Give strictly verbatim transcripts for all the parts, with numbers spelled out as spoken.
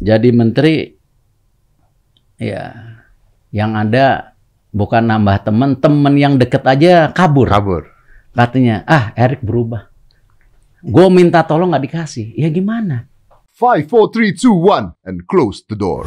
jadi menteri, ya yang ada bukan nambah temen, temen yang deket aja kabur. Kabur. Katanya, ah Erik berubah. Gue minta tolong nggak dikasih. Ya gimana? Five, four, three, two, one, and close the door.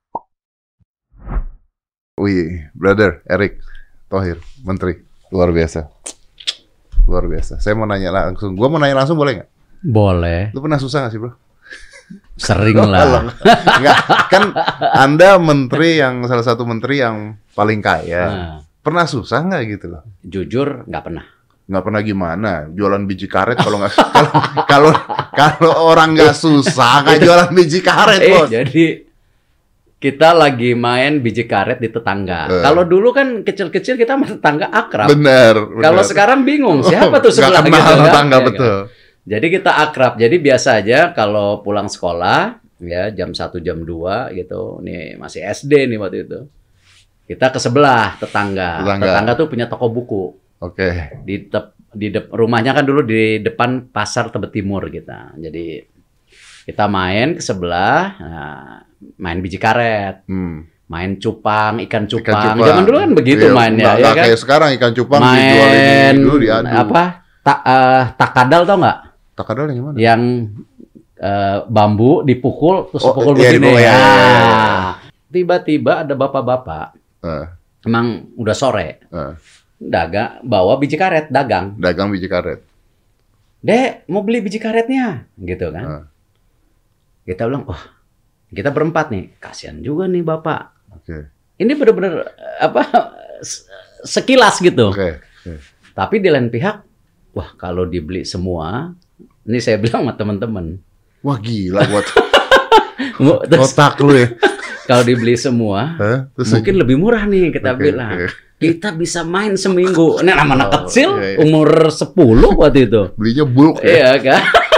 Wih, brother Erik Thohir, menteri, luar biasa, luar biasa. Saya mau nanya langsung. Gue mau nanya langsung boleh nggak? Boleh. Lu pernah susah nggak sih, bro? Sering lah. Enggak, kan Anda menteri yang salah satu menteri yang paling kaya. Nah. Pernah susah nggak gitu loh? Jujur nggak pernah. Nggak pernah gimana? Jualan biji karet kalau nggak kalau kalau kalau orang nggak susah nggak jualan biji karet, Eh, bos. jadi kita lagi main biji karet di tetangga. Eh. Kalau dulu kan kecil-kecil kita sama tetangga akrab. Bener. Kalau bener. sekarang bingung siapa tuh Nggak sebelah kenal gitu kan? tetangga, Ya, betul. kan? Jadi kita akrab. Jadi biasa aja kalau pulang sekolah ya jam satu jam dua gitu. Nih masih S D nih waktu itu. Kita ke sebelah tetangga. Tetangga. Tetangga tuh punya toko buku. Oke. Di tep, di dep, rumahnya kan dulu di depan pasar Tebet Timur kita. Jadi kita main ke sebelah, nah, main biji karet, Hmm. main cupang, ikan cupang. Ikan cupang. Zaman dulu kan begitu Iya, mainnya, nggak- ya nggak kan? kayak sekarang ikan cupang Main dijualin dulu diadu. apa? Tak eh, takadal tau nggak? Takadal yang gimana? Yang eh, bambu dipukul terus Oh, pukul iya, begini. iya, iya, iya, iya. Nah, tiba-tiba ada bapak-bapak, Eh, emang udah sore, eh, dagang bawa biji karet, dagang. dagang biji karet. Dek, mau beli biji karetnya, gitu kan? Eh, Kita bilang, wah, kita berempat nih, kasihan juga nih bapak. Oke. Ini bener-bener apa s- sekilas gitu. Oke. oke. Tapi di lain pihak, wah kalau dibeli semua, ini saya bilang sama teman-teman, Wah gila buat "Mu- terus otak lu ya. kalau dibeli semua, Hah? Terus mungkin lebih murah nih kita Oke, bilang. oke. Kita bisa main seminggu. Ini anak-anak Oh, kecil, iya, iya. umur sepuluh waktu itu. belinya bulk ya. Iya kan?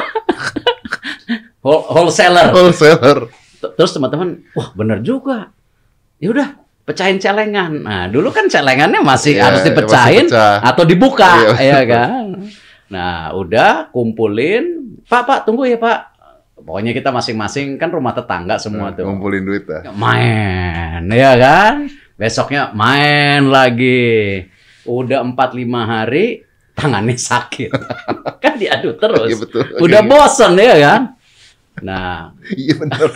Whole- Wholesaler. Wholesaler. Terus teman-teman, wah bener juga. Ya udah, pecahin celengan. Nah, dulu kan celengannya masih Iya, harus dipecahin masih pecah. atau dibuka, Iya. ya kan? Nah, udah kumpulin. Pak, Pak, tunggu ya, Pak. Pokoknya kita masing-masing kan rumah tetangga semua tuh. Ngumpulin duit dah. Main, ya kan? Besoknya main lagi. Udah empat lima hari, tangannya sakit. Kan diadu terus. Iya betul. Udah Iya, bosen, ya kan? Nah, Iya benar.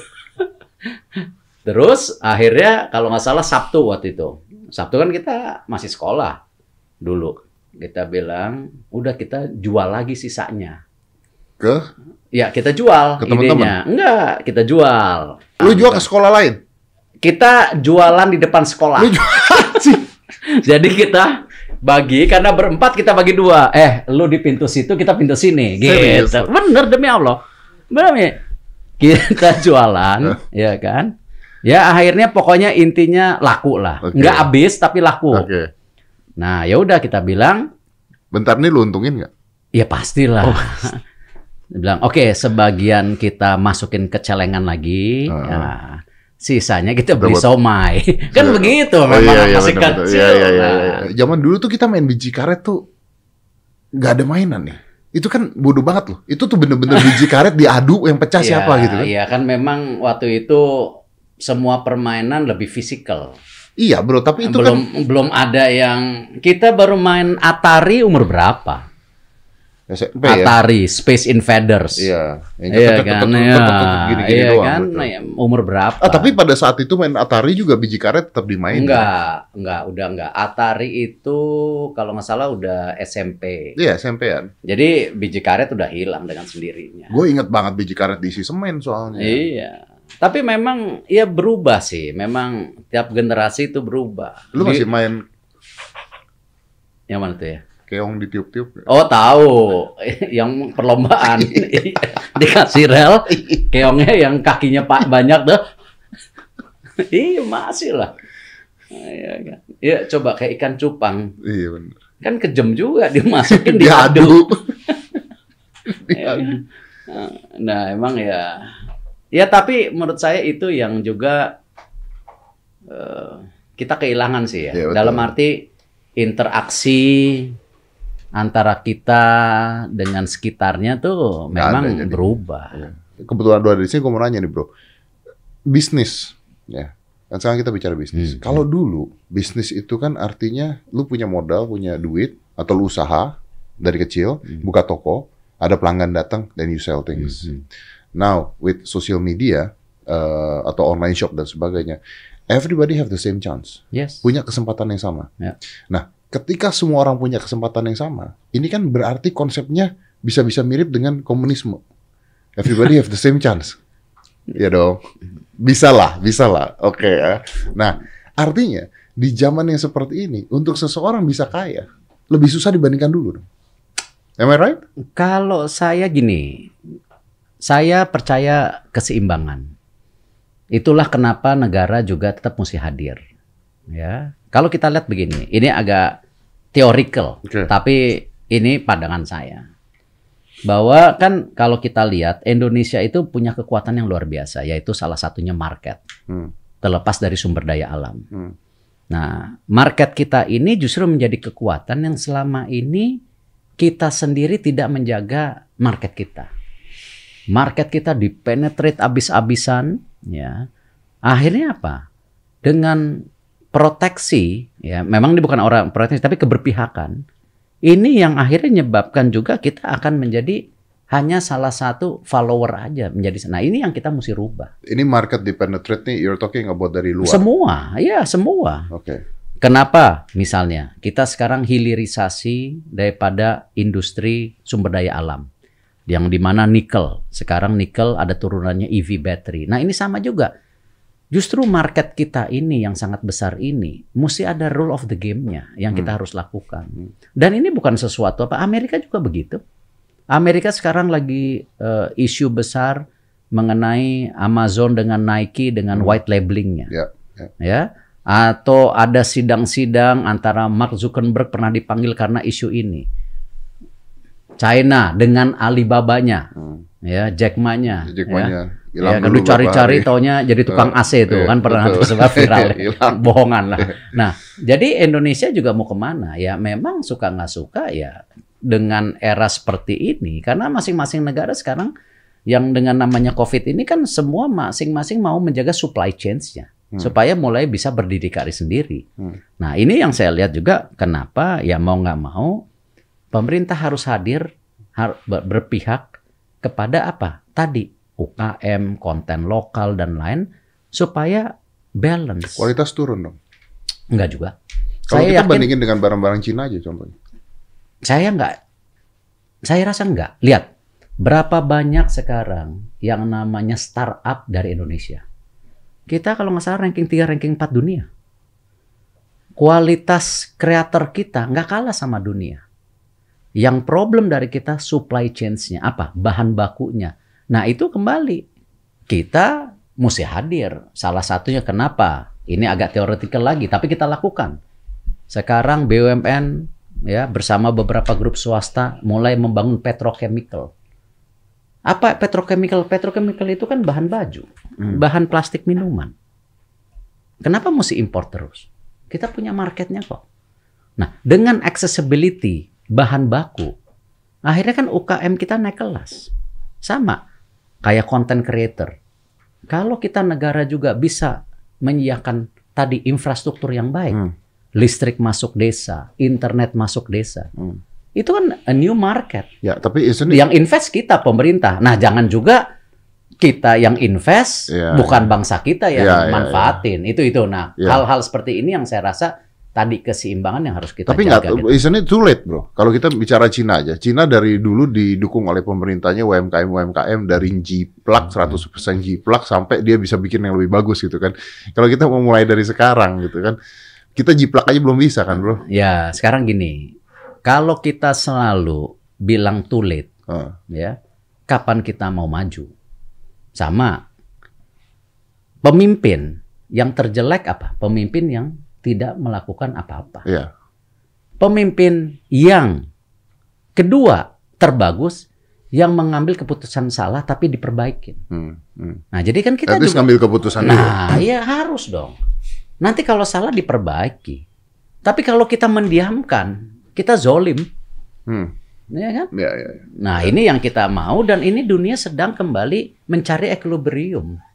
terus akhirnya kalau nggak salah Sabtu waktu itu. Sabtu kan kita masih sekolah dulu. Kita bilang, udah kita jual lagi sisanya. Ke? Ya kita jual Ke teman-teman? idenya. Enggak, kita jual. Lu jual ke sekolah lain? Kita jualan di depan sekolah. Lu jual sih. Jadi kita bagi, karena berempat kita bagi dua. Eh, lu di pintu situ, kita pintu sini. Serius? Gitu. Bener demi Allah. Bener ya? Kita jualan, ya kan? Ya akhirnya pokoknya intinya laku lah. Oke. Nggak habis tapi laku. Oke. Nah ya udah kita bilang, Bentar nih lu untungin nggak? ya pastilah. Oh. Dia bilang, oke sebagian kita masukin ke celengan lagi. Uh-huh. Ya, sisanya kita beli Dapat- somai. Kan Iya. begitu Oh, memang iya, iya, masih bener, bener. kecil. Iya, iya, iya, Nah, iya. Zaman dulu tuh kita main biji karet tuh nggak ada mainan nih. Itu kan bodoh banget loh. Itu tuh bener-bener biji karet diadu yang pecah iya, siapa gitu kan. Iya kan memang waktu itu semua permainan lebih fisikal. Iya bro, tapi itu belum kan belum ada yang kita baru main Atari umur berapa? S M P ya. Atari Space Invaders. Iya, yang Iya ketek-ketek, kan, ketek-ketek, iya, gini-gini iya doang, kan, betul. Nah, ya, umur berapa? Ah, tapi pada saat itu main Atari juga biji karet tetap dimainin. enggak, enggak, udah enggak. Atari itu kalau nggak salah udah S M P. Iya, S M P-an. Jadi biji karet udah hilang dengan sendirinya. Gue inget banget biji karet diisi semen soalnya. Iya. Tapi memang ya berubah sih. Memang tiap generasi itu berubah. Lu masih Di- main yang mana tuh ya? keong ditiup-tiup? Oh tahu, yang perlombaan dikasih rel, keongnya yang kakinya pak banyak tuh. Iya masih lah. Iya kan. Ya coba kayak ikan cupang, Iya bener. kan kejam juga dimasukin Diadu. diaduk. Diadu. Ya kan? Nah emang ya, ya tapi menurut saya itu yang juga eh, kita kehilangan sih ya. Iya, betul. Dalam arti interaksi antara kita dengan sekitarnya tuh Nggak memang ada jadi. berubah. Iya. Kebetulan lu ada di sini, gue mau nanya nih bro. bisnis, ya. Kan sekarang kita bicara bisnis. Hmm. Kalau dulu bisnis itu kan artinya lu punya modal, punya duit, atau lu usaha dari kecil, hmm. buka toko, ada pelanggan datang, then you sell things. Hmm. Now with social media uh, atau online shop dan sebagainya, everybody have the same chance. Yes. Punya kesempatan yang sama. Yeah. Nah, ketika semua orang punya kesempatan yang sama, ini kan berarti konsepnya bisa-bisa mirip dengan komunisme. Everybody have the same chance. Ya dong. Bisa lah, bisa lah. Oke okay, ya. Nah, artinya di zaman yang seperti ini, untuk seseorang bisa kaya, lebih susah dibandingkan dulu dong. Am I right? Kalau saya gini, saya percaya keseimbangan. Itulah kenapa negara juga tetap mesti hadir. Ya, kalau kita lihat begini, ini agak theoretical, okay. tapi ini pandangan saya. Bahwa kan kalau kita lihat Indonesia itu punya kekuatan yang luar biasa, yaitu salah satunya market, hmm. terlepas dari sumber daya alam. Hmm. Nah, market kita ini justru menjadi kekuatan yang selama ini kita sendiri tidak menjaga market kita. Market kita dipenetrate abis-abisan, ya. Akhirnya apa? Dengan proteksi, ya, memang ini bukan orang proteksi, tapi keberpihakan. Ini yang akhirnya menyebabkan juga kita akan menjadi hanya salah satu follower aja menjadi. Nah, ini yang kita mesti rubah. Ini market dipenetrate nih, you're talking about dari luar. Semua, ya semua. Oke. Okay. Kenapa? Misalnya, kita sekarang hilirisasi daripada industri sumber daya alam. Yang dimana nikel. Sekarang nikel ada turunannya E V battery. Nah, ini sama juga. Justru market kita ini yang sangat besar ini, mesti ada rule of the game-nya yang kita hmm. harus lakukan. Dan ini bukan sesuatu apa, Amerika juga begitu. Amerika sekarang lagi uh, isu besar mengenai Amazon dengan Nike dengan hmm. white labeling-nya. Yeah, yeah. Ya. Atau ada sidang-sidang antara Mark Zuckerberg pernah dipanggil karena isu ini. China dengan Alibaba-nya, hmm. ya, Jack Ma-nya. Jack Ma-nya. Ya, ya kan lu cari-cari taunya jadi tukang A C itu, uh, kan pernah sebab viral. Bohongan lah. Nah, jadi Indonesia juga mau kemana? Ya memang suka nggak suka ya dengan era seperti ini. Karena masing-masing negara sekarang yang dengan namanya COVID ini kan semua masing-masing mau menjaga supply chains-nya. Hmm. Supaya mulai bisa berdikari sendiri. Hmm. Nah, ini yang saya lihat juga kenapa ya mau nggak mau pemerintah harus hadir, har berpihak kepada apa? Tadi U K M, konten lokal dan lain supaya balance. Kualitas turun dong? Enggak juga. Kalau saya kita yakin, bandingin dengan barang-barang Cina aja contohnya. Saya enggak. Saya rasa enggak. Lihat, berapa banyak sekarang yang namanya startup dari Indonesia. Kita kalau nggak salah ranking tiga, ranking empat dunia. Kualitas kreator kita nggak kalah sama dunia. Yang problem dari kita supply chains-nya. Apa? Bahan bakunya. Nah, itu kembali kita mesti hadir. Salah satunya kenapa? Ini agak teoretikal lagi, tapi kita lakukan. Sekarang B U M N ya bersama beberapa grup swasta mulai membangun petrochemical. Apa petrochemical? Petrochemical itu kan bahan baju, hmm. bahan plastik minuman. Kenapa mesti impor terus? Kita punya marketnya kok. Nah, dengan accessibility bahan baku, akhirnya kan U K M kita naik kelas. Sama. Kayak content creator. Kalau kita negara juga bisa menyediakan tadi infrastruktur yang baik, hmm. listrik masuk desa, internet masuk desa, hmm. itu kan a new market. Ya, tapi isn't yang invest kita pemerintah. Nah, jangan juga kita yang invest, ya, bukan ya. bangsa kita yang ya, manfaatin. Ya, ya. Itu itu. Nah, hal-hal ya. seperti ini yang saya rasa tadi keseimbangan yang harus kita Tapi jaga. Tapi nggak, isn't it too late, bro? Kalau kita bicara Cina aja, Cina dari dulu didukung oleh pemerintahnya U M K M U M K M dari jiplak seratus persen jiplak sampai dia bisa bikin yang lebih bagus gitu kan. Kalau kita mau mulai dari sekarang gitu kan, kita jiplak aja belum bisa kan, bro? Ya, sekarang gini, kalau kita selalu bilang too late, uh. ya, kapan kita mau maju? Sama, pemimpin yang terjelek apa? Pemimpin yang tidak melakukan apa-apa. Yeah. Pemimpin yang kedua terbagus yang mengambil keputusan salah tapi diperbaikin. Hmm, hmm. Nah, jadi kan kita At juga ngambil keputusan. Nah, iya harus dong. Nanti kalau salah diperbaiki. Tapi kalau kita mendiamkan, kita zolim. Hmm. Ya kan? Ya, ya, ya. Nah, ya. Ini yang kita mau dan ini dunia sedang kembali mencari equilibrium.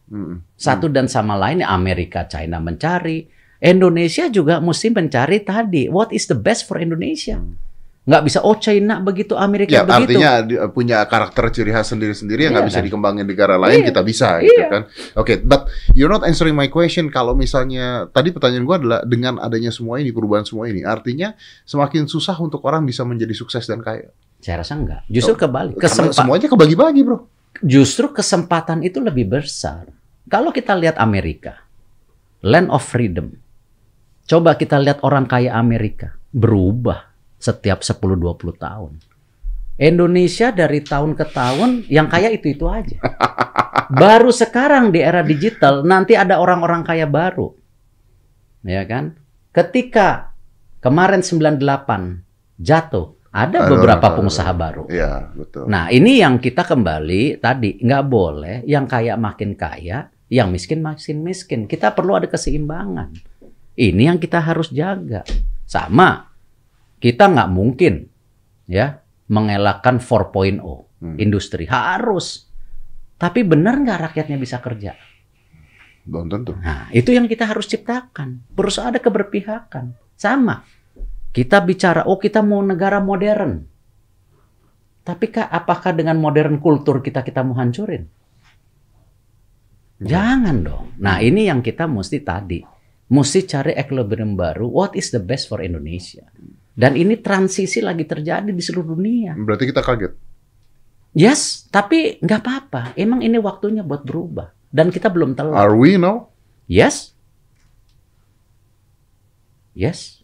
Hmm. Satu dan sama lain, Amerika, China mencari. Indonesia juga mesti mencari tadi, what is the best for Indonesia? Nggak bisa, oh China begitu, Amerika Ya, begitu. artinya di- punya karakter ciri khas sendiri-sendiri yang nggak Iya, bisa kan? dikembangin negara lain, Iya. kita bisa gitu Iya. kan. Oke, but you're not answering my question. Kalau misalnya tadi pertanyaan gua adalah dengan adanya semua ini, perubahan semua ini, artinya semakin susah untuk orang bisa menjadi sukses dan kaya. Saya rasa enggak. Justru Oh, kebalik. Karena Kesempa- semuanya kebagi-bagi, bro. Justru kesempatan itu lebih besar. Kalau kita lihat Amerika, land of freedom. Coba kita lihat orang kaya Amerika, berubah setiap sepuluh dua puluh tahun. Indonesia dari tahun ke tahun yang kaya itu-itu aja. Baru sekarang di era digital nanti ada orang-orang kaya baru. Ya kan? Ketika kemarin sembilan delapan jatuh, ada Ada beberapa orang- pengusaha baru. Iya, betul. Nah, ini yang kita kembali tadi, nggak boleh yang kaya makin kaya, yang miskin makin miskin. Kita perlu ada keseimbangan. Ini yang kita harus jaga. Sama, kita nggak mungkin ya mengelakkan empat titik nol Hmm. industri. Harus. Tapi benar nggak rakyatnya bisa kerja? Belum tentu. Nah, itu yang kita harus ciptakan. Terus ada keberpihakan. Sama. Kita bicara, oh kita mau negara modern. Tapi kak, apakah dengan modern kultur kita kita mau hancurin? Jangan dong. Nah, ini yang kita mesti tadi. Mesti cari equilibrium baru. What is the best for Indonesia? Dan ini transisi lagi terjadi di seluruh dunia. Berarti kita kaget. Yes, tapi nggak apa-apa. Emang ini waktunya buat berubah. Dan kita belum telat. Are we now? Yes. Yes.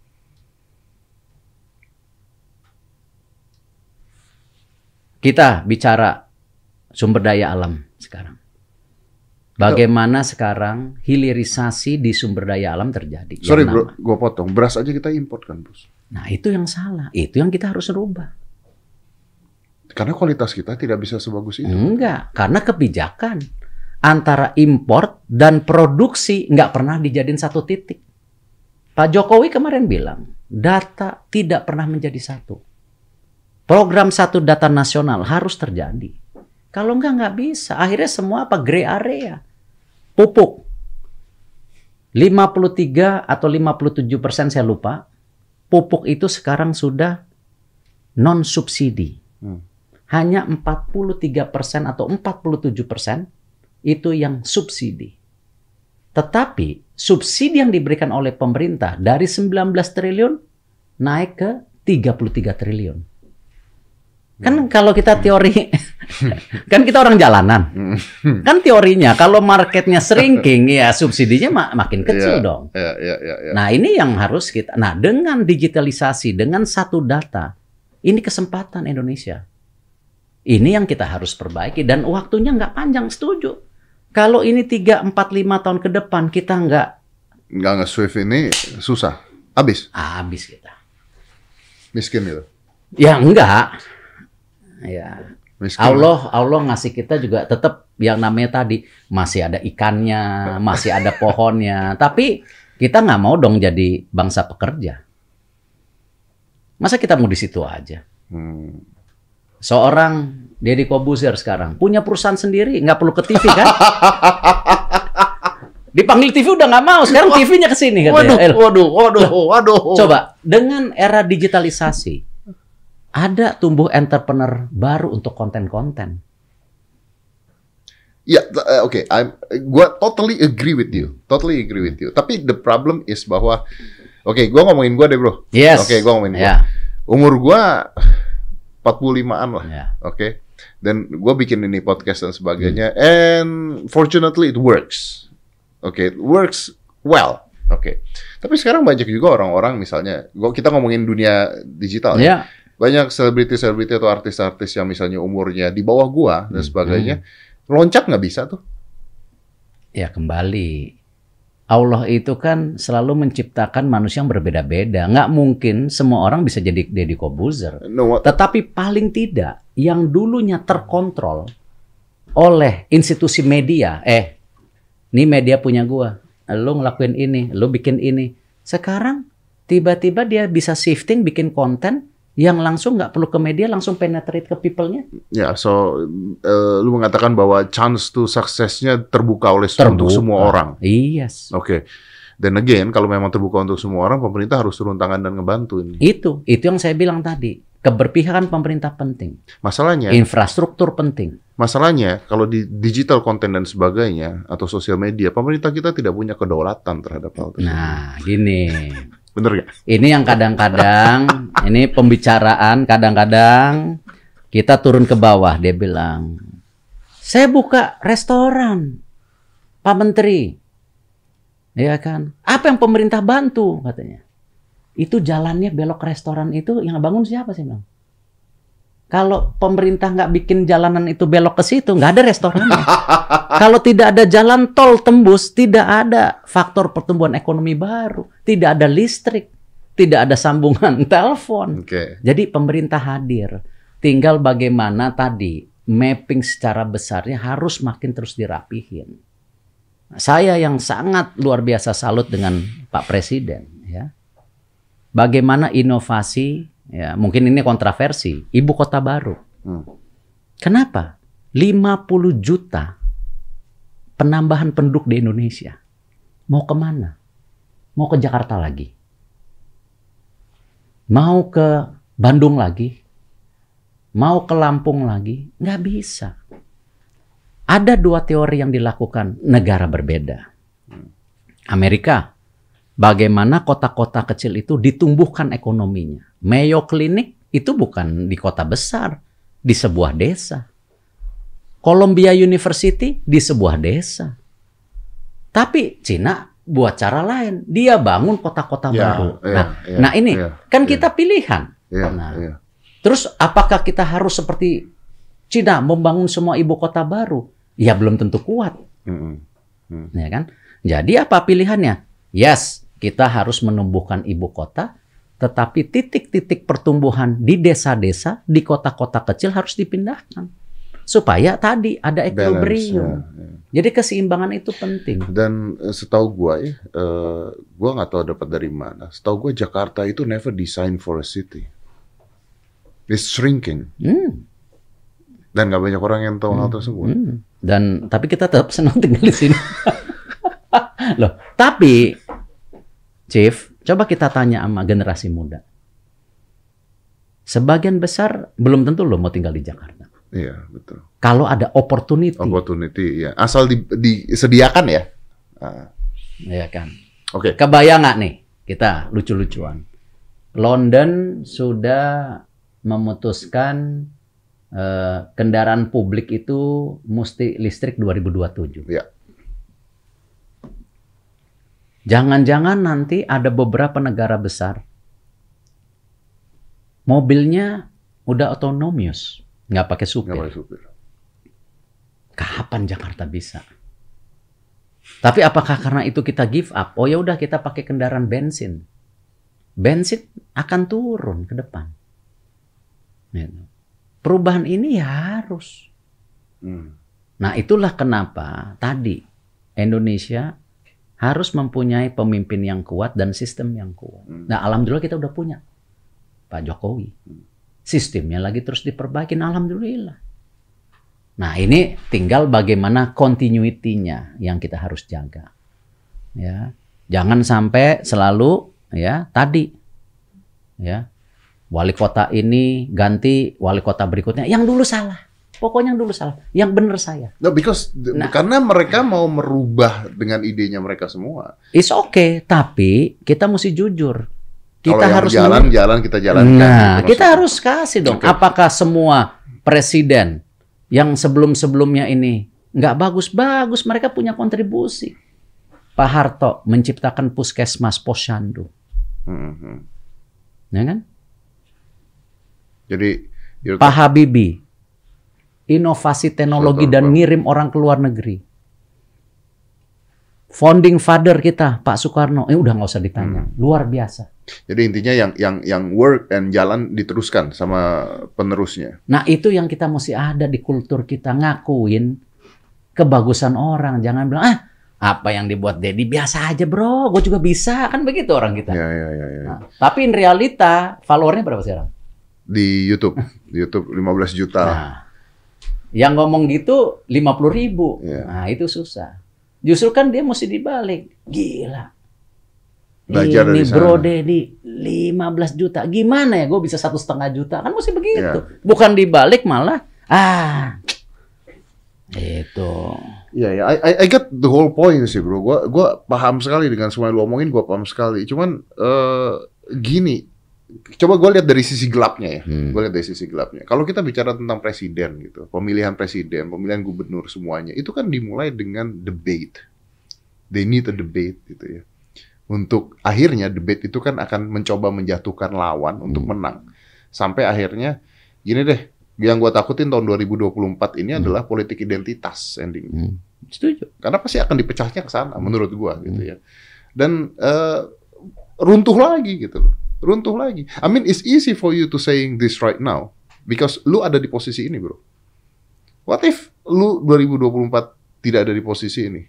Kita bicara sumber daya alam sekarang. Bagaimana sekarang hilirisasi di sumber daya alam terjadi? Sorry Yang bro, nama- gua potong. Beras aja kita import kan, bos. Nah, itu yang salah. Itu yang kita harus rubah. Karena kualitas kita tidak bisa sebagus itu. Enggak, karena kebijakan antara import dan produksi nggak pernah dijadiin satu titik. Pak Jokowi kemarin bilang, data tidak pernah menjadi satu. Program satu data nasional harus terjadi. Kalau enggak, nggak bisa. Akhirnya semua apa? Gray area. Pupuk. lima puluh tiga atau lima puluh tujuh persen saya lupa. Pupuk itu sekarang sudah non-subsidi. Hmm. Hanya empat puluh tiga persen atau empat puluh tujuh persen itu yang subsidi. Tetapi subsidi yang diberikan oleh pemerintah dari sembilan belas triliun naik ke tiga puluh tiga triliun. Kan kalau kita teori, kan kita orang jalanan. Kan teorinya kalau marketnya shrinking ya subsidinya mak makin kecil Iya, dong. Ya, ya, ya, ya. Nah ini yang harus kita, nah dengan digitalisasi, dengan satu data, ini kesempatan Indonesia. Ini yang kita harus perbaiki dan waktunya nggak panjang, setuju. Kalau ini tiga, empat, lima tahun ke depan kita nggak Nggak nge-swift ini susah. Habis. habis kita. Miskin gitu. Ya enggak. Ya. Miskin. Allah Allah ngasih kita juga tetap yang namanya tadi masih ada ikannya, masih ada pohonnya. Tapi kita nggak mau dong jadi bangsa pekerja. Masa kita mau di situ aja? Hmm. Seorang Deddy Corbuzier sekarang punya perusahaan sendiri, nggak perlu ke T V kan? Dipanggil T V udah nggak mau, sekarang T V-nya ke sini Waduh, katanya. Eh, waduh, waduh, waduh. Coba dengan era digitalisasi ada tumbuh entrepreneur baru untuk konten-konten. Ya, t- eh, oke, I'm- gua totally agree with you, totally agree with you. Tapi the problem is bahwa, oke, gua ngomongin gua deh bro. Yes. Oke, gua ngomongin gua. Ya. Umur gua empat puluh limaan lah, Ya. oke. Dan gua bikin ini podcast dan sebagainya, and fortunately it works. Oke, it works well. Oke. Tapi sekarang banyak juga orang-orang misalnya, gua kita ngomongin dunia digital ya. Ya. Banyak selebriti-selebriti atau artis-artis yang misalnya umurnya di bawah gua dan Hmm. sebagainya, loncat nggak bisa tuh. Ya kembali. Allah itu kan selalu menciptakan manusia yang berbeda-beda. Nggak mungkin semua orang bisa jadi Deddy Corbuzier. No, what- Tetapi paling tidak yang dulunya terkontrol oleh institusi media. Eh, ini media punya gua. Lu ngelakuin ini, lu bikin ini. Sekarang tiba-tiba dia bisa shifting bikin konten yang langsung nggak perlu ke media, langsung penetrate ke people-nya. Ya, so uh, lu mengatakan bahwa chance to suksesnya terbuka oleh Terbuka. untuk semua orang. Yes. Oke. Okay. Dan again, kalau memang terbuka untuk semua orang, pemerintah harus turun tangan dan ngebantu ini. Itu, itu yang saya bilang tadi. Keberpihakan pemerintah penting. Masalahnya, infrastruktur penting. Masalahnya, kalau di digital content dan sebagainya atau sosial media, pemerintah kita tidak punya kedaulatan terhadap hal tersebut. Nah, gini. Bener gak? Ini yang kadang-kadang, ini pembicaraan kadang-kadang kita turun ke bawah, dia bilang, saya buka restoran, Pak Menteri. Ya kan? Apa yang pemerintah bantu, katanya. Itu jalannya belok restoran itu, yang bangun siapa sih, Bang? Kalau pemerintah nggak bikin jalanan itu belok ke situ, nggak ada restorannya. Kalau tidak ada jalan tol tembus, tidak ada faktor pertumbuhan ekonomi baru, tidak ada listrik, tidak ada sambungan telepon. Okay. Jadi pemerintah hadir. Tinggal bagaimana tadi mapping secara besarnya harus makin terus dirapihin. Saya yang sangat luar biasa salut dengan Pak Presiden, ya. Bagaimana inovasi, ya mungkin ini kontroversi, ibu kota baru. Hmm. Kenapa? lima puluh juta penambahan penduduk di Indonesia. Mau kemana? Mau ke Jakarta lagi? Mau ke Bandung lagi? Mau ke Lampung lagi? Nggak bisa. Ada dua teori yang dilakukan negara berbeda. Amerika, bagaimana kota-kota kecil itu ditumbuhkan ekonominya. Mayo Clinic itu bukan di kota besar, di sebuah desa. Columbia University di sebuah desa. Tapi Cina buat cara lain. Dia bangun kota-kota ya, baru. Ya, nah, ya, nah ini ya, kan ya. kita pilihan. Ya, nah, ya. Terus apakah kita harus seperti Cina membangun semua ibu kota baru? Ya belum tentu kuat. Hmm. Hmm. Ya kan? Jadi apa pilihannya? Yes, kita harus menumbuhkan ibu kota, tetapi titik-titik pertumbuhan di desa-desa, di kota-kota kecil harus dipindahkan. Supaya tadi ada equilibrium. Ya, ya. Jadi keseimbangan itu penting. Dan setahu gue ya, uh, gue nggak tahu dapat dari mana. Setahu gue Jakarta itu never designed for a city. It's shrinking. Hmm. Dan nggak banyak orang yang tahu hmm. hal tersebut. Hmm. Dan tapi kita tetap senang tinggal di sini. Loh, tapi Chief, coba kita tanya sama generasi muda. Sebagian besar belum tentu lo mau tinggal di Jakarta. Iya, betul. Kalau ada opportunity. Opportunity, ya. Asal di, disediakan ya. Ah. Iya kan. Oke. Okay. Kebayang nggak nih kita lucu-lucuan. London sudah memutuskan uh, kendaraan publik itu mesti listrik dua ribu dua puluh tujuh. Iya. Jangan-jangan nanti ada beberapa negara besar mobilnya udah autonomous, nggak pakai supir. Nggak pakai supir. Kapan Jakarta bisa? Tapi apakah karena itu kita give up? Oh ya udah kita pakai kendaraan bensin. Bensin akan turun ke depan. Perubahan ini ya harus. Hmm. Nah itulah kenapa tadi Indonesia harus mempunyai pemimpin yang kuat dan sistem yang kuat. Hmm. Nah, alhamdulillah kita udah punya Pak Jokowi. Sistemnya lagi terus diperbaikin, alhamdulillah. Nah, ini tinggal bagaimana continuity-nya yang kita harus jaga. Ya. Jangan sampai selalu ya tadi ya wali kota ini ganti wali kota berikutnya yang dulu salah. Pokoknya yang dulu salah, yang benar saya. No, because nah, karena mereka mau merubah dengan idenya mereka semua. It's okay, tapi kita mesti jujur. Kita Kalau harus jalan, men- jalan kita jalankan. Nah, gitu, kita harus kasih dong. Okay. Apakah semua presiden yang sebelum-sebelumnya ini nggak bagus-bagus, mereka punya kontribusi. Pak Harto menciptakan puskesmas posyandu, mm-hmm. ya kan? Jadi Pak Habibie inovasi teknologi dan ngirim orang ke luar negeri. Founding father kita, Pak Soekarno, eh udah nggak usah ditanya, hmm. luar biasa. Jadi intinya yang yang yang work and jalan diteruskan sama penerusnya. Nah itu yang kita mesti ada di kultur kita, ngakuin kebagusan orang, jangan bilang ah apa yang dibuat Dedi biasa aja bro, gue juga bisa, kan begitu orang kita. Ya, ya, ya, ya. Nah, tapi in realita followernya berapa sekarang? Di YouTube, di YouTube lima belas juta. Nah, yang ngomong gitu lima puluh ribu. Yeah. Nah, itu susah. Justru kan dia mesti dibalik. Gila. Belajar Ini dari sana. Bro Dedi lima belas juta. Gimana ya gue bisa satu setengah juta? Kan mesti begitu. Yeah. Bukan dibalik malah. Ah, itu. Iya, ya, I, I I get the whole point sih bro. Gua, gua paham sekali dengan semua yang lu omongin. Gua paham sekali. Cuman uh, gini, coba gue lihat dari sisi gelapnya ya. Hmm. Gue lihat dari sisi gelapnya. Kalau kita bicara tentang presiden gitu, pemilihan presiden, pemilihan gubernur semuanya, itu kan dimulai dengan debate. They need a debate gitu ya. Untuk akhirnya debate itu kan akan mencoba menjatuhkan lawan untuk Hmm. menang. Sampai akhirnya gini deh, yang gue takutin tahun dua ribu dua puluh empat ini Hmm. adalah politik identitas ending. Hmm. Setuju. Karena pasti akan dipecahnya ke sana menurut gue gitu ya. Dan eh, runtuh lagi gitu loh. Runtuh lagi. I mean it's easy for you to saying this right now because lu ada di posisi ini, bro. What if lu dua ribu dua puluh empat tidak ada di posisi ini?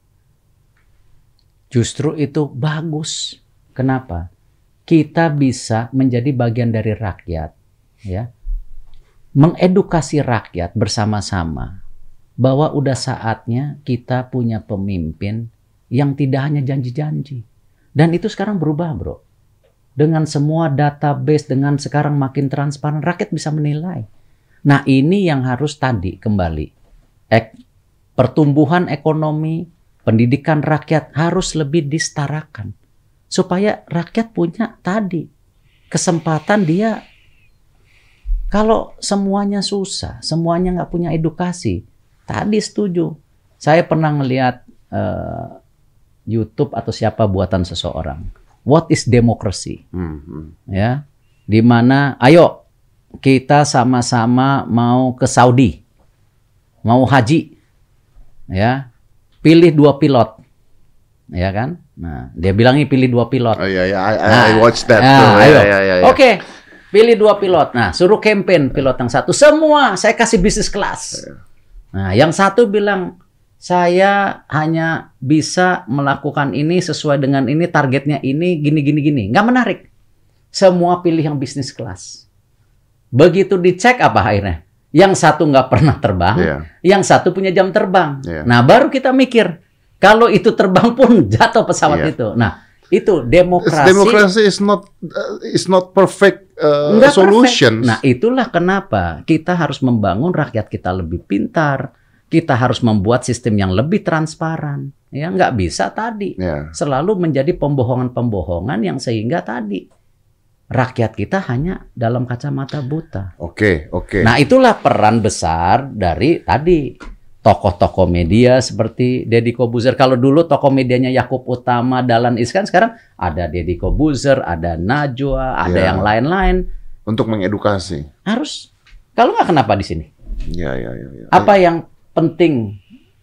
Justru itu bagus. Kenapa? Kita bisa menjadi bagian dari rakyat, ya. Mengedukasi rakyat bersama-sama bahwa udah saatnya kita punya pemimpin yang tidak hanya janji-janji. Dan itu sekarang berubah, bro. Dengan semua database, dengan sekarang makin transparan, rakyat bisa menilai. Nah, ini yang harus tadi kembali. Ek, pertumbuhan ekonomi, pendidikan rakyat harus lebih disetarakan. Supaya rakyat punya tadi kesempatan dia. Kalau semuanya susah, semuanya nggak punya edukasi, tadi setuju. Saya pernah ngelihat uh, YouTube atau siapa buatan seseorang. What is democracy? Hmm, hmm. Ya, di mana, ayo kita sama-sama mau ke Saudi, mau haji, ya, pilih dua pilot, ya kan? Nah, dia bilangnya pilih dua pilot. Oh iya, iya, I, I, Nah, I watched that. nah, too. ayo. Ya, ya, ya, ya. Oke, pilih dua pilot. Nah, suruh campaign pilot yang satu. Semua saya kasih bisnis kelas. Nah, yang satu bilang, saya hanya bisa melakukan ini sesuai dengan ini, targetnya ini, gini, gini, gini. Nggak menarik. Semua pilih yang bisnis kelas. Begitu dicek apa akhirnya? Yang satu nggak pernah terbang, Yeah. yang satu punya jam terbang. Yeah. Nah, baru kita mikir, kalau itu terbang pun jatuh pesawat Yeah. itu. Nah, itu demokrasi. Demokrasi is not uh, is not perfect uh, Nggak solutions. perfect. Nah, itulah kenapa kita harus membangun rakyat kita lebih pintar. Kita harus membuat sistem yang lebih transparan. Ya, nggak bisa tadi Ya. selalu menjadi pembohongan-pembohongan yang sehingga tadi rakyat kita hanya dalam kacamata buta. Oke, oke. Nah, itulah peran besar dari tadi tokoh-tokoh media seperti Deddy Kobuzer. Kalau dulu tokoh medianya Yakub Utama, Dahlan Iskan, sekarang ada Deddy Kobuzer, ada Najwa, ada Ya. yang lain-lain. Untuk mengedukasi. Harus. Kalau nggak, kenapa di sini? Ya, ya, ya, ya. Apa yang penting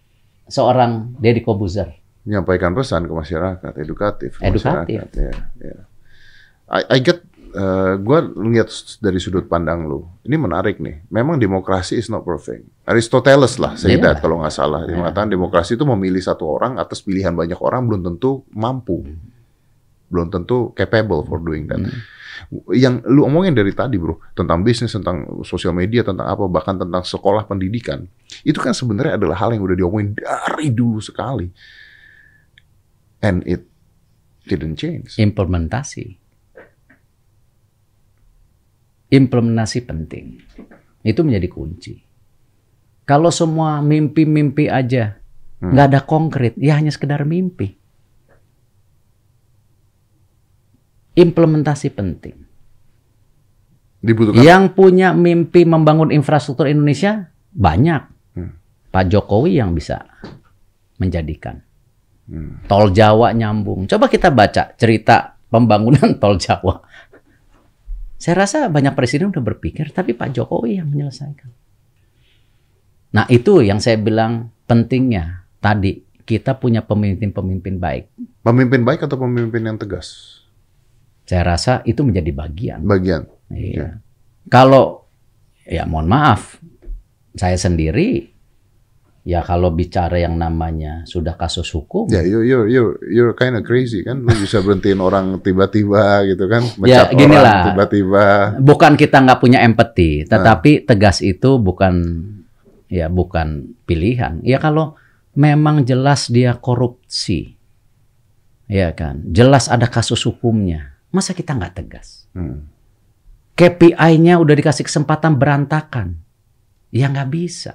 seorang Deddy Kobuzer? Menyampaikan pesan ke masyarakat, edukatif. ke Edukatif. masyarakat, ya, ya. I, I get, uh, gue lihat dari sudut pandang lu. Ini menarik nih. Memang demokrasi is not perfect. Aristoteles lah, say Yeah. that kalau nggak salah. Dia Yeah. mengatakan demokrasi itu memilih satu orang atas pilihan banyak orang belum tentu mampu, belum tentu capable for doing that. Hmm. Yang lu omongin dari tadi bro, tentang bisnis, tentang sosial media, tentang apa, bahkan tentang sekolah pendidikan, itu kan sebenarnya adalah hal yang udah diomongin dari dulu sekali, and it didn't change. Implementasi. Implementasi penting. Itu menjadi kunci. Kalau semua mimpi-mimpi aja, Hmm. nggak ada konkret, ya hanya sekedar mimpi. Implementasi penting. Dibutuhkan. Yang punya mimpi membangun infrastruktur Indonesia banyak. Hmm. Pak Jokowi yang bisa menjadikan. Hmm. Tol Jawa nyambung. Coba kita baca cerita pembangunan Tol Jawa. Saya rasa banyak presiden udah berpikir, tapi Pak Jokowi yang menyelesaikan. Nah, itu yang saya bilang pentingnya. Tadi, kita punya pemimpin-pemimpin baik. Pemimpin baik atau pemimpin yang tegas? Saya rasa itu menjadi bagian. Bagian. Iya. Kalau, ya mohon maaf, saya sendiri Ya kalau bicara yang namanya sudah kasus hukum. Ya, you you you you're kind of crazy kan, lu bisa berhentiin orang tiba-tiba gitu kan, Ya mecat gini orang lah, tiba-tiba. bukan kita nggak punya empati, tetapi tegas itu bukan ya bukan pilihan. Ya kalau memang jelas dia korupsi, ya kan, jelas ada kasus hukumnya, masa kita nggak tegas? Hmm. K P I-nya udah dikasih kesempatan berantakan, ya nggak bisa.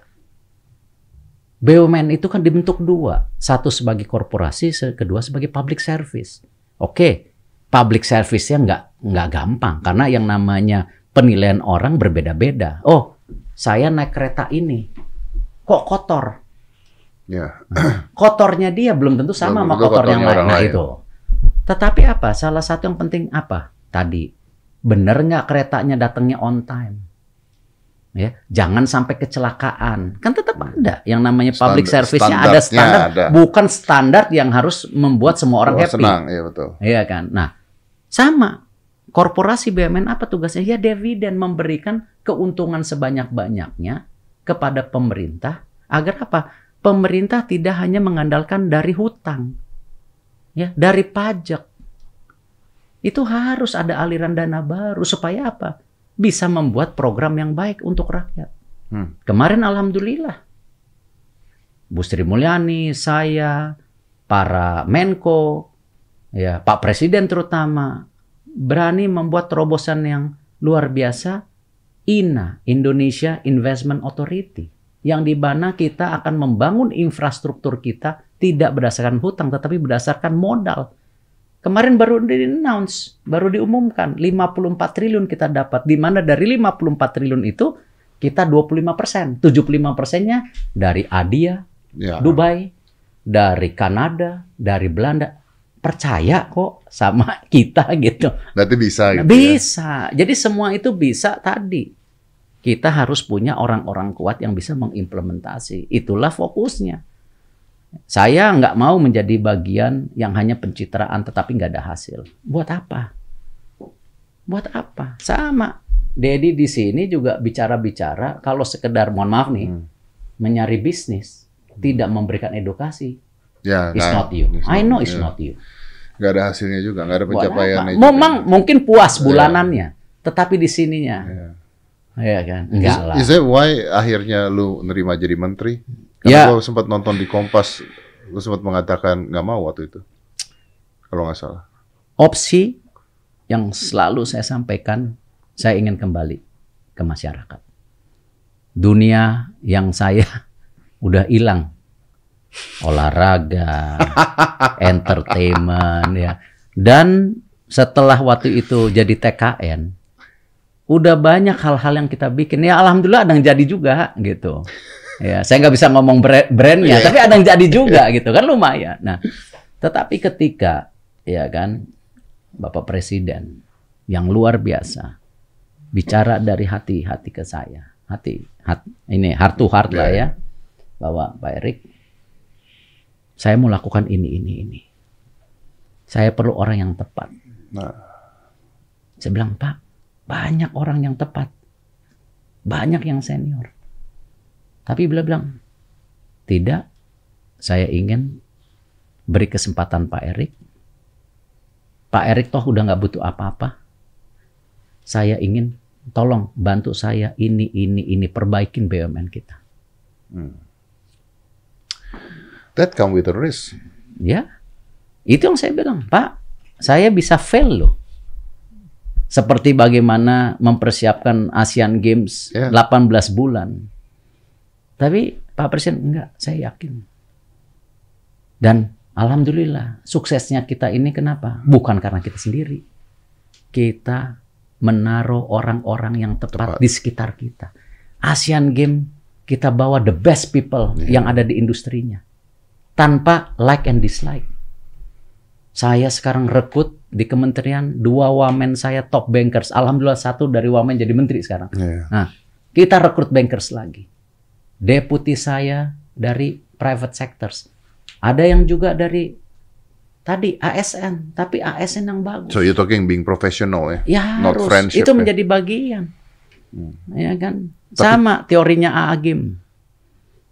B U M N itu kan dibentuk dua, satu sebagai korporasi, kedua sebagai public service. Oke, public service-nya nggak nggak gampang karena yang namanya penilaian orang berbeda-beda. Oh, saya naik kereta ini, kok kotor? Ya. Kotornya dia belum tentu sama Belum sama tentu kotor yang kotornya lain. orang Nah lain. itu. Tetapi apa? Salah satu yang penting apa? Tadi, bener nggak keretanya datangnya on time? Ya, jangan sampai kecelakaan. Kan tetap ada yang namanya public Standar- service-nya ada standarnya standar, ada. bukan standar yang harus membuat semua orang Oh, happy. senang, iya betul. Iya kan? Nah, sama. Korporasi B U M N apa tugasnya? Ya dividen, memberikan keuntungan sebanyak-banyaknya kepada pemerintah agar apa? Pemerintah tidak hanya mengandalkan dari hutang. Ya, dari pajak. Itu harus ada aliran dana baru supaya apa? Bisa membuat program yang baik untuk rakyat. Hmm. Kemarin alhamdulillah Bu Sri Mulyani, saya, para Menko, ya Pak Presiden terutama berani membuat terobosan yang luar biasa, I N A, Indonesia Investment Authority, yang di mana kita akan membangun infrastruktur kita tidak berdasarkan hutang tetapi berdasarkan modal. Kemarin baru di-announce, baru diumumkan lima puluh empat triliun kita dapat, di mana dari lima puluh empat triliun itu kita dua puluh lima persen, tujuh puluh lima persennya dari Adia, Ya. Dubai, dari Kanada, dari Belanda. Percaya kok sama kita gitu. Berarti bisa gitu. Ya. Bisa. Jadi semua itu bisa tadi. Kita harus punya orang-orang kuat yang bisa mengimplementasi. Itulah fokusnya. Saya nggak mau menjadi bagian yang hanya pencitraan tetapi nggak ada hasil. Buat apa? Buat apa? Sama. Dedi di sini juga bicara-bicara kalau sekedar mohon maaf nih Hmm. menyari bisnis, tidak memberikan edukasi. Ya, It's nah, not you. it's I not- know it's ya. not you. Nggak ada hasilnya juga, nggak ada Buat apa? pencapaiannya juga. Memang mungkin puas bulanannya, tetapi di sininya, Ya. ya kan? Enggak lah. Is that why akhirnya lu nerima jadi menteri? Ya. Karena gua sempat nonton di Kompas, lu sempat mengatakan nggak mau waktu itu, kalau nggak salah. Opsi yang selalu saya sampaikan, saya ingin kembali ke masyarakat. Dunia yang saya udah hilang, olahraga, entertainment, ya. Dan setelah waktu itu jadi T K N, udah banyak hal-hal yang kita bikin. Ya alhamdulillah ada yang jadi juga gitu. Ya, saya nggak bisa ngomong brand- brandnya, tapi ada yang jadi juga gitu kan, lumayan. Nah, tetapi ketika ya kan Bapak Presiden yang luar biasa bicara dari hati-hati ke saya, hati, hati ini heart to heart lah ya, bahwa Pak Erik, saya mau lakukan ini, ini, ini. Saya perlu orang yang tepat. Nah, Saya bilang, Pak, banyak orang yang tepat. Banyak yang senior. Tapi beliau bilang, tidak, saya ingin beri kesempatan Pak Erik. Pak Erik toh udah nggak butuh apa-apa. Saya ingin, tolong bantu saya ini, ini, ini, perbaikin B U M N kita. that come with a risk. Ya, itu yang saya bilang, Pak, saya bisa fail loh. Seperti bagaimana mempersiapkan Asian Games Ya. delapan belas bulan. Tapi Pak Presiden enggak, saya yakin. Dan alhamdulillah suksesnya kita ini kenapa? Bukan karena kita sendiri. Kita menaruh orang-orang yang tepat, Tepat. di sekitar kita. Asian Games kita bawa the best people Ya. yang ada di industrinya. Tanpa like and dislike. Saya sekarang rekrut di kementerian dua wamen saya top bankers. Alhamdulillah satu dari wamen jadi menteri sekarang. Yeah. Nah, kita rekrut bankers lagi. Deputi saya dari private sectors. Ada yang juga dari tadi A S N, tapi A S N yang bagus. So you're talking being professional ya? Ya Not harus. friendship, Itu ya? menjadi bagian. Hmm. Ya kan? Sama teorinya A A Gim.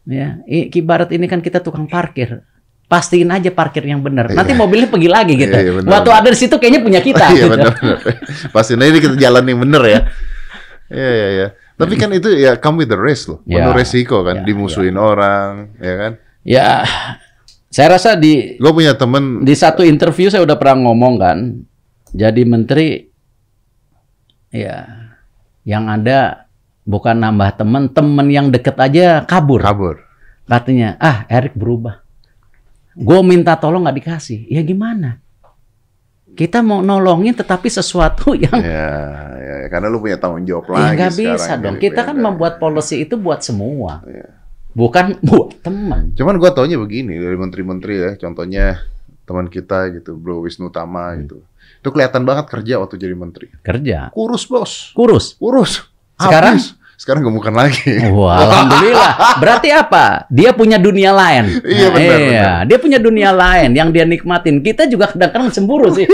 Ya, i- ibarat ini kan kita tukang parkir. Pastiin aja parkir yang benar. Nanti Iya. mobilnya pergi lagi gitu. Iya, iya, benar, Waktu benar. ada di situ kayaknya punya kita. Iya gitu. benar. Pasti ini kita jalan yang bener ya. Iya iya iya. Tapi kan itu ya come with the risk loh. Ya. Penuh resiko kan, Ya, dimusuhin orang, ya kan. Ya, saya rasa di Gue punya temen, di satu interview saya udah pernah ngomong kan. Jadi menteri, ya, yang ada bukan nambah temen, temen yang deket aja kabur. kabur. Katanya, ah Erick berubah. Gue minta tolong nggak dikasih. Ya gimana? Kita mau nolongin tetapi sesuatu yang Ya, ya, karena lu punya tanggung jawab ya lagi nggak sekarang. bisa dong. Jadi, Kita kan ya, membuat policy itu buat semua, ya. bukan buat teman. Cuman gue taunya begini dari menteri-menteri ya, contohnya teman kita gitu, Bro Wisnu Tama Hmm. gitu. Itu kelihatan banget kerja waktu jadi menteri. Kerja, Kurus bos, kurus. kurus. Sekarang? Habis. Sekarang gemukan lagi. Wah, alhamdulillah. Berarti apa? Dia punya dunia lain. Iya, benar, iya. benar. Dia punya dunia lain yang dia nikmatin. Kita juga kadang-kadang cemburu sih.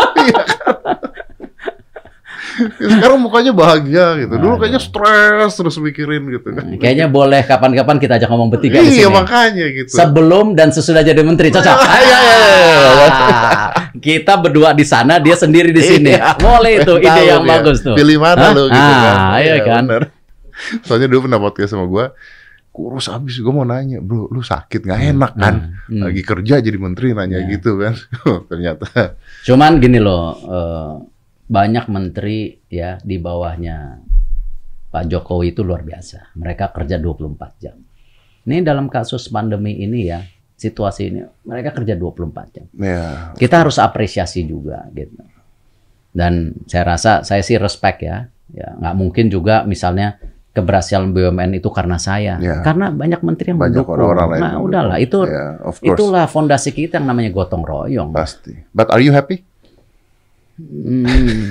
Ya, sekarang mukanya bahagia gitu. Dulu Aduh. kayaknya stres terus mikirin gitu kan. Kayaknya boleh kapan-kapan kita ajak ngomong bertiga di Iya sini. makanya gitu. Sebelum dan sesudah jadi menteri, cocok. Iya, iya, iya. Ah, kita berdua di sana, dia sendiri di sini. Iya. Boleh itu ide Tahu yang dia. bagus tuh. Pilih mana Hah? lo gitu Ah, kan. iya kan. bener. Soalnya dulu pernah podcast sama gua, kurus abis. Gue mau nanya, bro, lu sakit nggak enak kan? Hmm. Lagi kerja jadi menteri nanya Ya. gitu kan. Ternyata. Cuman gini loh, eh, banyak menteri ya di bawahnya Pak Jokowi itu luar biasa. Mereka kerja dua puluh empat jam. Ini dalam kasus pandemi ini ya, situasi ini mereka kerja dua puluh empat jam. Ya. Kita harus apresiasi juga gitu. Dan saya rasa saya sih respect ya. Ya nggak mungkin juga misalnya keberhasilan B U M N itu karena saya. Ya. Karena banyak menteri yang Banyak mendukung. orang-orang lain Nah, mendukung. udahlah itu Ya, of course. itulah fondasi kita yang namanya gotong royong. Pasti. But are you happy? Hmm.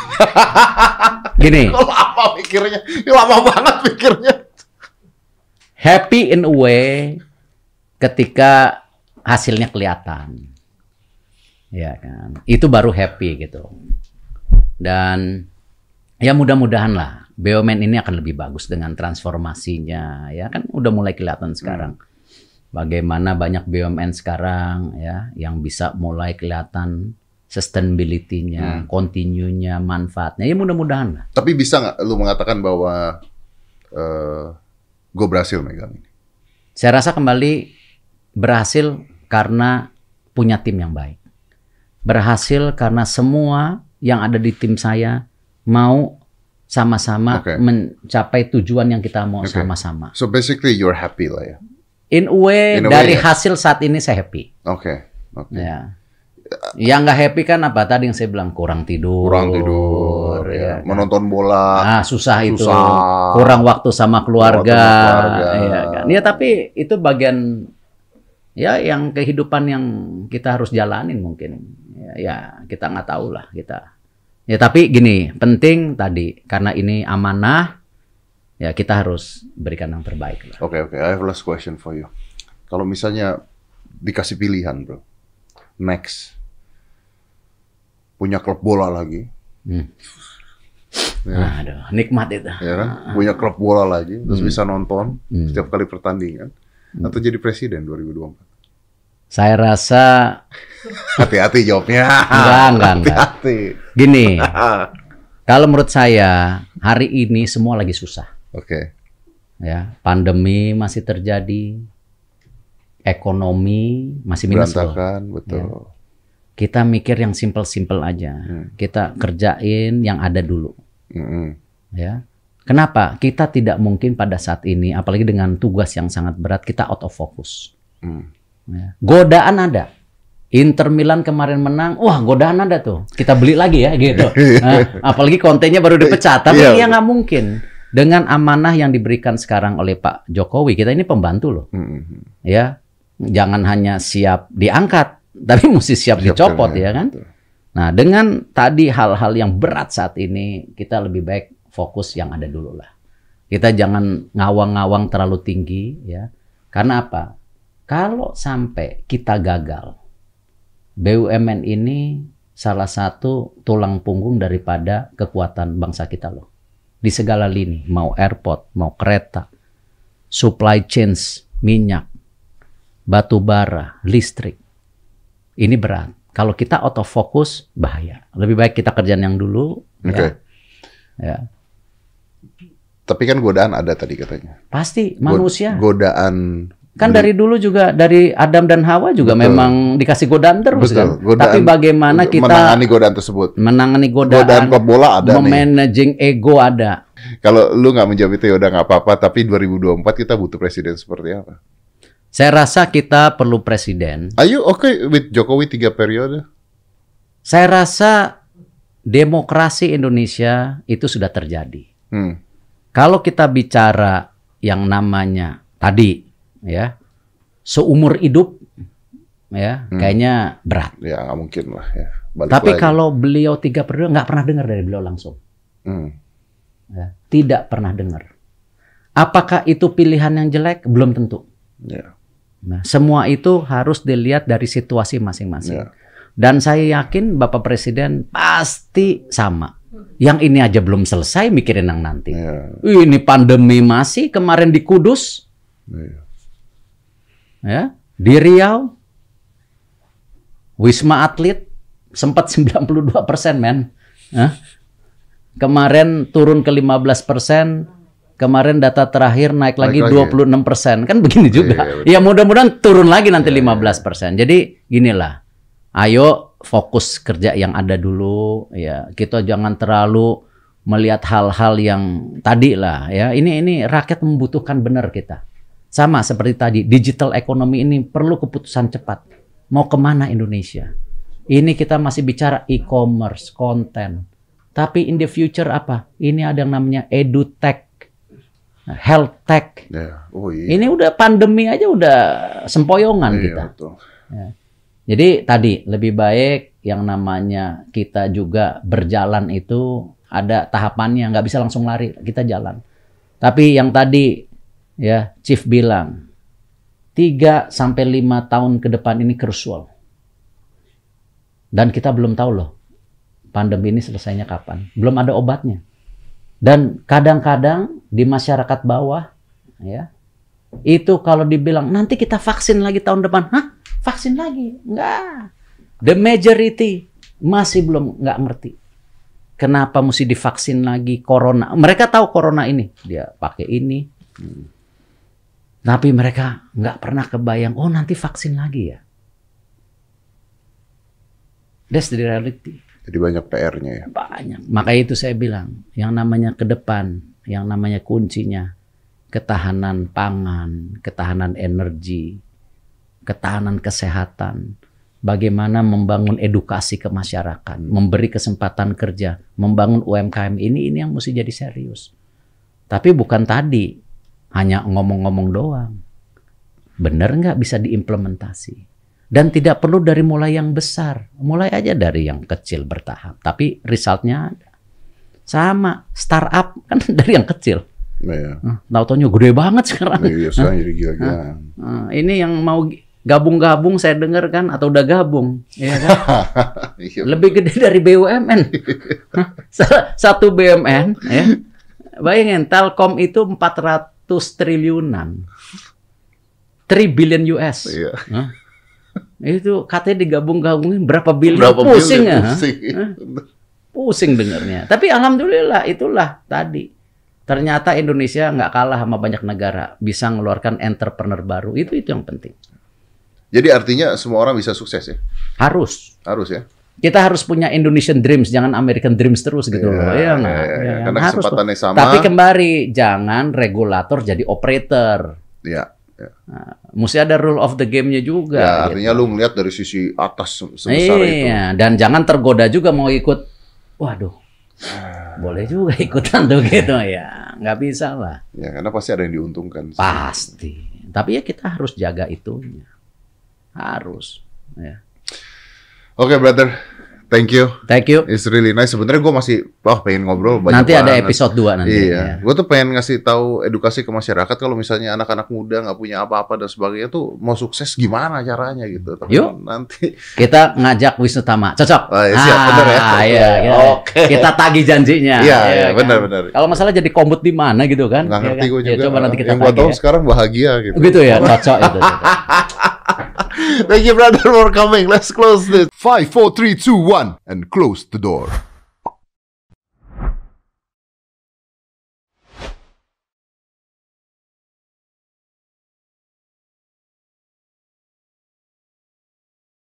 Gini, Lama mikirnya. Lama banget mikirnya. happy in a way ketika hasilnya kelihatan. Ya kan. Itu baru happy gitu. Dan ya mudah-mudahan lah B U M N ini akan lebih bagus dengan transformasinya. Ya kan udah mulai kelihatan sekarang. Bagaimana banyak B U M N sekarang ya yang bisa mulai kelihatan sustainability-nya, continue-nya, manfaatnya. Ya mudah-mudahan lah. Tapi bisa nggak lu mengatakan bahwa uh, gue berhasil megang ini? Saya rasa kembali berhasil karena punya tim yang baik. Berhasil karena semua yang ada di tim saya mau sama-sama Oke. mencapai tujuan yang kita mau Oke. sama-sama. So basically you're happy lah ya. In a way, In a way, dari ya. hasil saat ini saya happy. Oke. Oke. Ya. Yang nggak happy kan apa tadi yang saya bilang kurang tidur, Kurang tidur, ya. ya kan? Menonton bola. Ah, susah, itu. Susah. Kurang waktu sama keluarga. Waktu sama keluarga. Ya, kan? Ya, tapi itu bagian ya yang kehidupan yang kita harus jalanin mungkin. Ya, ya kita nggak tahu lah kita. Ya tapi gini, penting tadi karena ini amanah, ya kita harus berikan yang terbaik lah. Oke oke, I have last question for you. Kalau misalnya dikasih pilihan, bro, next punya klub bola lagi, Hmm. ya, Aduh, nikmat itu. ya kan? Punya klub bola lagi, terus Hmm. bisa nonton Hmm. setiap kali pertandingan, atau jadi presiden dua ribu dua puluh empat? Saya rasa Hati-hati jawabnya. enggak, enggak, enggak. Hati-hati. Gini, kalau menurut saya hari ini semua lagi susah. Oke. Ya, pandemi masih terjadi, ekonomi masih minus loh. Berantakan, betul. Kita mikir yang simple-simple aja. Hmm. Kita kerjain yang ada dulu. Mm-mm. Ya, kenapa? Kita tidak mungkin pada saat ini, apalagi dengan tugas yang sangat berat, kita out of focus. Mm. Ya. Godaan ada. Inter Milan kemarin menang, wah godaan ada tuh. Kita beli lagi ya gitu. Nah, apalagi kontennya baru dipecat. Tapi Iya, ya nggak mungkin. Dengan amanah yang diberikan sekarang oleh Pak Jokowi, kita ini pembantu loh. Mm-mm. Ya, jangan hanya siap diangkat, tapi mesti siap, Siap dicopot kerja, ya kan. betul. Nah, dengan tadi hal-hal yang berat saat ini, kita lebih baik fokus yang ada dulu lah. Kita jangan ngawang-ngawang terlalu tinggi ya. Karena apa? Kalau sampai kita gagal, B U M N ini salah satu tulang punggung daripada kekuatan bangsa kita loh. Di segala lini, mau airport, mau kereta. supply chains minyak, batu bara, listrik. Ini berat. Kalau kita autofokus bahaya. Lebih baik kita kerjaan yang dulu. Oke. Okay. Ya. Ya. Tapi kan godaan ada tadi katanya. Pasti manusia. Godaan. Kan dari dulu juga dari Adam dan Hawa juga Betul. memang dikasih godaan terus Betul. kan. Godaan, Tapi bagaimana kita menangani godaan tersebut? Menangani godaan. Godaan klub bola ada memanaging nih. ego ada. Kalau lu nggak menjawab itu ya udah nggak apa-apa. Tapi dua ribu dua puluh empat kita butuh presiden seperti apa? Saya rasa kita perlu presiden. Are you okay with Jokowi tiga periode? Saya rasa demokrasi Indonesia itu sudah terjadi. Hmm. Kalau kita bicara yang namanya tadi, ya, seumur hidup, ya, hmm. kayaknya berat. Ya nggak mungkin lah. Ya. Balik Tapi lagi. kalau beliau tiga periode nggak pernah dengar dari beliau langsung. Hmm. Ya, tidak pernah dengar. Apakah itu pilihan yang jelek? Belum tentu. Ya. Nah, semua itu harus dilihat dari situasi masing-masing. Ya. Dan saya yakin Bapak Presiden pasti sama. Yang ini aja belum selesai, mikirin yang nanti. Ya. Ini pandemi masih kemarin di Kudus, Ya. ya, di Riau, Wisma Atlet sempat sembilan puluh dua persen, men. Hah? Kemarin turun ke lima belas persen. Kemarin data terakhir naik, naik lagi, lagi dua puluh enam persen. Kan begini juga. Ya, ya, ya mudah-mudahan turun lagi nanti ya, lima belas persen. Jadi ginilah. Ayo fokus kerja yang ada dulu. Ya, kita jangan terlalu melihat hal-hal yang tadi lah. Ya, ini ini rakyat membutuhkan benar kita. Sama seperti tadi, digital ekonomi ini perlu keputusan cepat. Mau kemana Indonesia? Ini kita masih bicara e-commerce, konten. Tapi in the future apa? Ini ada yang namanya edutech. Health tech, yeah. Oh, iya. Ini udah pandemi aja udah sempoyongan iya, kita. Betul. Ya. Jadi tadi lebih baik yang namanya kita juga berjalan itu ada tahapannya, nggak bisa langsung lari, kita jalan. Tapi yang tadi ya Chief bilang tiga sampai lima tahun ke depan ini krusial. Dan kita belum tahu loh pandemi ini selesainya kapan, belum ada obatnya. Dan kadang-kadang di masyarakat bawah, ya, itu kalau dibilang nanti kita vaksin lagi tahun depan, hah? Vaksin lagi? Enggak. The majority masih belum nggak ngerti. Kenapa mesti divaksin lagi corona? Mereka tahu corona ini, dia pakai ini. Hmm. Tapi mereka nggak pernah kebayang, oh nanti vaksin lagi ya. That's the reality. Jadi banyak P R-nya ya. Banyak. Makanya itu saya bilang, yang namanya ke depan, yang namanya kuncinya ketahanan pangan, ketahanan energi, ketahanan kesehatan, bagaimana membangun edukasi ke masyarakat, memberi kesempatan kerja, membangun U M K M ini ini yang mesti jadi serius. Tapi bukan tadi hanya ngomong-ngomong doang. Benar nggak bisa diimplementasi? Dan tidak perlu dari mulai yang besar. Mulai aja dari yang kecil bertahap. Tapi resultnya ada. Sama, startup kan dari yang kecil. Iya. Nah, tahu-taunya gede banget sekarang. Iya, sekarang jadi gila-gila. Nah, ini yang mau gabung-gabung saya dengar kan, atau udah gabung. Ya kan? Lebih gede dari B U M N. Satu B U M N. Ya. Bayangin, Telkom itu empat ratus triliunan. tiga billion U S. Iya. Nah, itu katanya digabung-gabungin berapa bilion, berapa pusing bilion, ya, pusing. pusing dengarnya. Tapi alhamdulillah itulah tadi. Ternyata Indonesia nggak kalah sama banyak negara, bisa mengeluarkan entrepreneur baru. Itu itu yang penting. Jadi artinya semua orang bisa sukses ya? Harus. Harus ya? Kita harus punya Indonesian Dreams, jangan American Dreams terus gitu loh. Ya, ya, ya, ya. Karena Harus kesempatannya sama. Tapi kembali, jangan regulator jadi operator. Ya. Ya. Nah, mesti ada rule of the game-nya juga. Ya, artinya gitu. lu ngeliat dari sisi atas sebesar iya, itu. Dan jangan tergoda juga mau ikut. Waduh, boleh juga ikutan tuh gitu ya. Nggak bisa lah. Ya, karena pasti ada yang diuntungkan. Pasti. Tapi ya kita harus jaga itunya. Harus. Ya. Oke, brother. Thank you. Thank you. It's really nice. Sebenarnya gue masih, wah pengen ngobrol banyak Nanti ada banget. episode dua nanti. Iya. Ya. Gue tuh pengen ngasih tahu edukasi ke masyarakat kalau misalnya anak-anak muda nggak punya apa-apa dan sebagainya tuh mau sukses gimana caranya gitu. Tapi Yuk. nanti Kita ngajak Wisnu Tama. Cocok? Oh, ya, siap, bener ya. Iya, kita, Oke. kita tagih janjinya. Iya, ya iya, kan? benar-benar. Kalau masalah jadi kombut di mana gitu kan? nggak ya ngerti kan? gue Ya, juga. coba nanti kita Yang gue tagih tahu ya. sekarang bahagia gitu. Gitu ya, cocok itu. cocok. Thank you brother for coming. Let's close this. Five, four, three, two, one, and close the door.